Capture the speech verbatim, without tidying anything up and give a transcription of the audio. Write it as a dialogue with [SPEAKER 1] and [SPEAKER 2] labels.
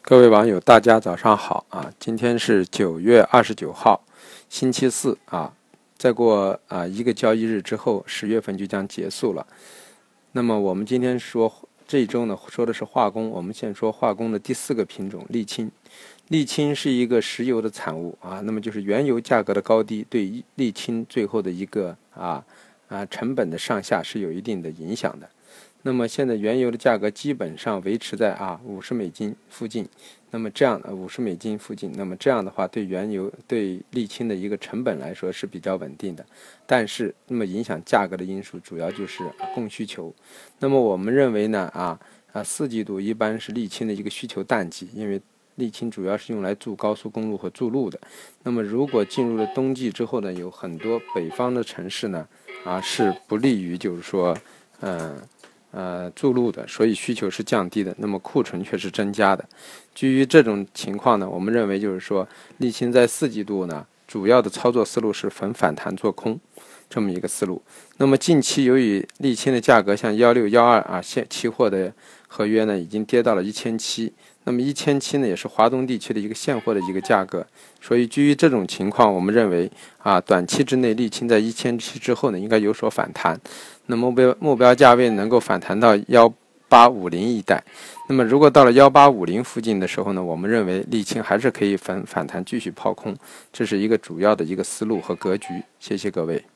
[SPEAKER 1] 各位网友，大家早上好啊！今天是九月二十九号，星期四啊。再过啊一个交易日之后，十月份就将结束了。那么我们今天说这一周呢，说的是化工。我们先说化工的第四个品种——沥青。沥青是一个石油的产物啊，那么就是原油价格的高低对沥青最后的一个啊啊成本的上下是有一定的影响的。那么现在原油的价格基本上维持在啊五十美金附近，那么这样的五十美金附近，那么这样的话对原油对沥青的一个成本来说是比较稳定的。但是那么影响价格的因素主要就是供需求。那么我们认为呢啊啊四季度一般是沥青的一个需求淡季，因为沥青主要是用来筑高速公路和筑路的。那么如果进入了冬季之后呢，有很多北方的城市呢啊是不利于就是说嗯。呃呃，筑路的，所以需求是降低的，那么库存却是增加的。基于这种情况呢，我们认为就是说，沥青在四季度呢，主要的操作思路是逢反弹做空，这么一个思路。那么近期由于沥青的价格像幺六幺二啊，现期货的合约呢已经跌到了一千七，那么一千七呢也是华东地区的一个现货的一个价格，所以基于这种情况，我们认为啊，短期之内沥青在一千七之后呢，应该有所反弹。那目标目标价位能够反弹到幺八五零一带，那么如果到了幺八五零附近的时候呢，我们认为沥青还是可以反反弹继续抛空，这是一个主要的一个思路和格局。谢谢各位。